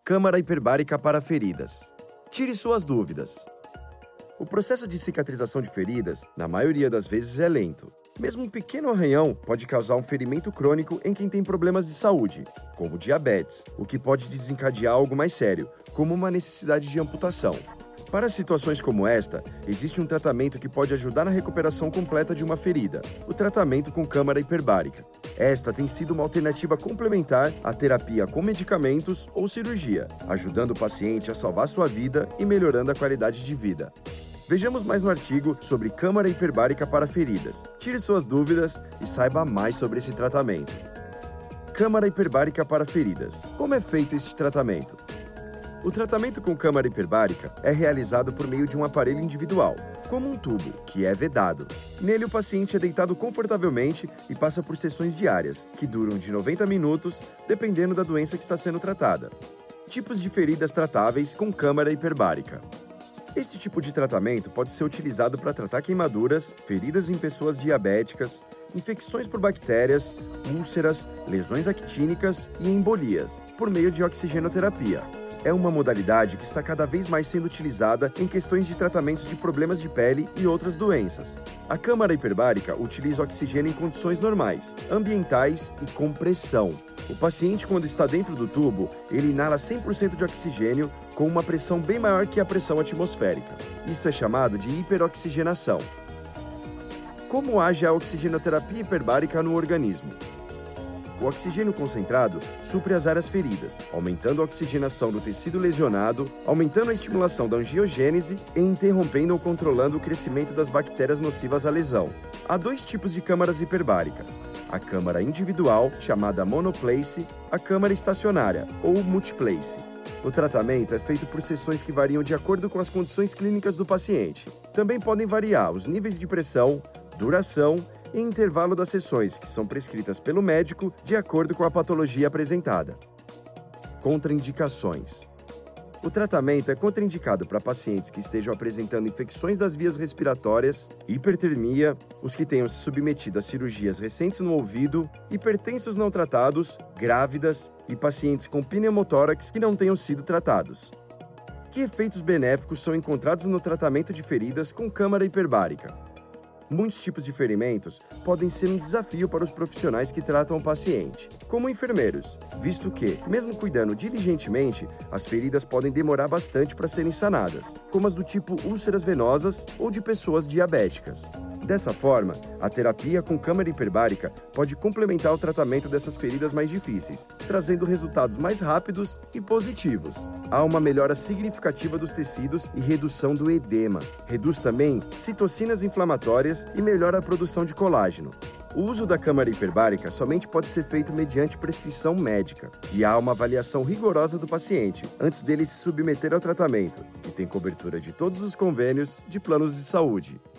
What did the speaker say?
Câmara hiperbárica para feridas. Tire suas dúvidas. O processo de cicatrização de feridas, na maioria das vezes, é lento. Mesmo um pequeno arranhão pode causar um ferimento crônico em quem tem problemas de saúde, como diabetes, o que pode desencadear algo mais sério, como uma necessidade de amputação. Para situações como esta, existe um tratamento que pode ajudar na recuperação completa de uma ferida, o tratamento com câmara hiperbárica. Esta tem sido uma alternativa complementar à terapia com medicamentos ou cirurgia, ajudando o paciente a salvar sua vida e melhorando a qualidade de vida. Vejamos mais no artigo sobre câmara hiperbárica para feridas. Tire suas dúvidas e saiba mais sobre esse tratamento. Câmara hiperbárica para feridas. Como é feito este tratamento? O tratamento com câmara hiperbárica é realizado por meio de um aparelho individual, como um tubo, que é vedado. Nele, o paciente é deitado confortavelmente e passa por sessões diárias, que duram de 90 minutos, dependendo da doença que está sendo tratada. Tipos de feridas tratáveis com câmara hiperbárica. Este tipo de tratamento pode ser utilizado para tratar queimaduras, feridas em pessoas diabéticas, infecções por bactérias, úlceras, lesões actínicas e embolias, por meio de oxigenoterapia. É uma modalidade que está cada vez mais sendo utilizada em questões de tratamentos de problemas de pele e outras doenças. A câmara hiperbárica utiliza oxigênio em condições normais, ambientais e com pressão. O paciente, quando está dentro do tubo, ele inala 100% de oxigênio com uma pressão bem maior que a pressão atmosférica. Isto é chamado de hiperoxigenação. Como age a oxigenoterapia hiperbárica no organismo? O oxigênio concentrado supre as áreas feridas, aumentando a oxigenação do tecido lesionado, aumentando a estimulação da angiogênese e interrompendo ou controlando o crescimento das bactérias nocivas à lesão. Há dois tipos de câmaras hiperbáricas: a câmara individual, chamada monoplace, a câmara estacionária, ou multiplace. O tratamento é feito por sessões que variam de acordo com as condições clínicas do paciente. Também podem variar os níveis de pressão, duração e intervalo das sessões, que são prescritas pelo médico de acordo com a patologia apresentada. Contraindicações. O tratamento é contraindicado para pacientes que estejam apresentando infecções das vias respiratórias, hipertermia, os que tenham se submetido a cirurgias recentes no ouvido, hipertensos não tratados, grávidas e pacientes com pneumotórax que não tenham sido tratados. Que efeitos benéficos são encontrados no tratamento de feridas com câmara hiperbárica? Muitos tipos de ferimentos podem ser um desafio para os profissionais que tratam o paciente, como enfermeiros, visto que, mesmo cuidando diligentemente, as feridas podem demorar bastante para serem sanadas, como as do tipo úlceras venosas ou de pessoas diabéticas. Dessa forma, a terapia com câmara hiperbárica pode complementar o tratamento dessas feridas mais difíceis, trazendo resultados mais rápidos e positivos. Há uma melhora significativa dos tecidos e redução do edema. Reduz também citocinas inflamatórias e melhora a produção de colágeno. O uso da câmara hiperbárica somente pode ser feito mediante prescrição médica, e há uma avaliação rigorosa do paciente antes dele se submeter ao tratamento, que tem cobertura de todos os convênios de planos de saúde.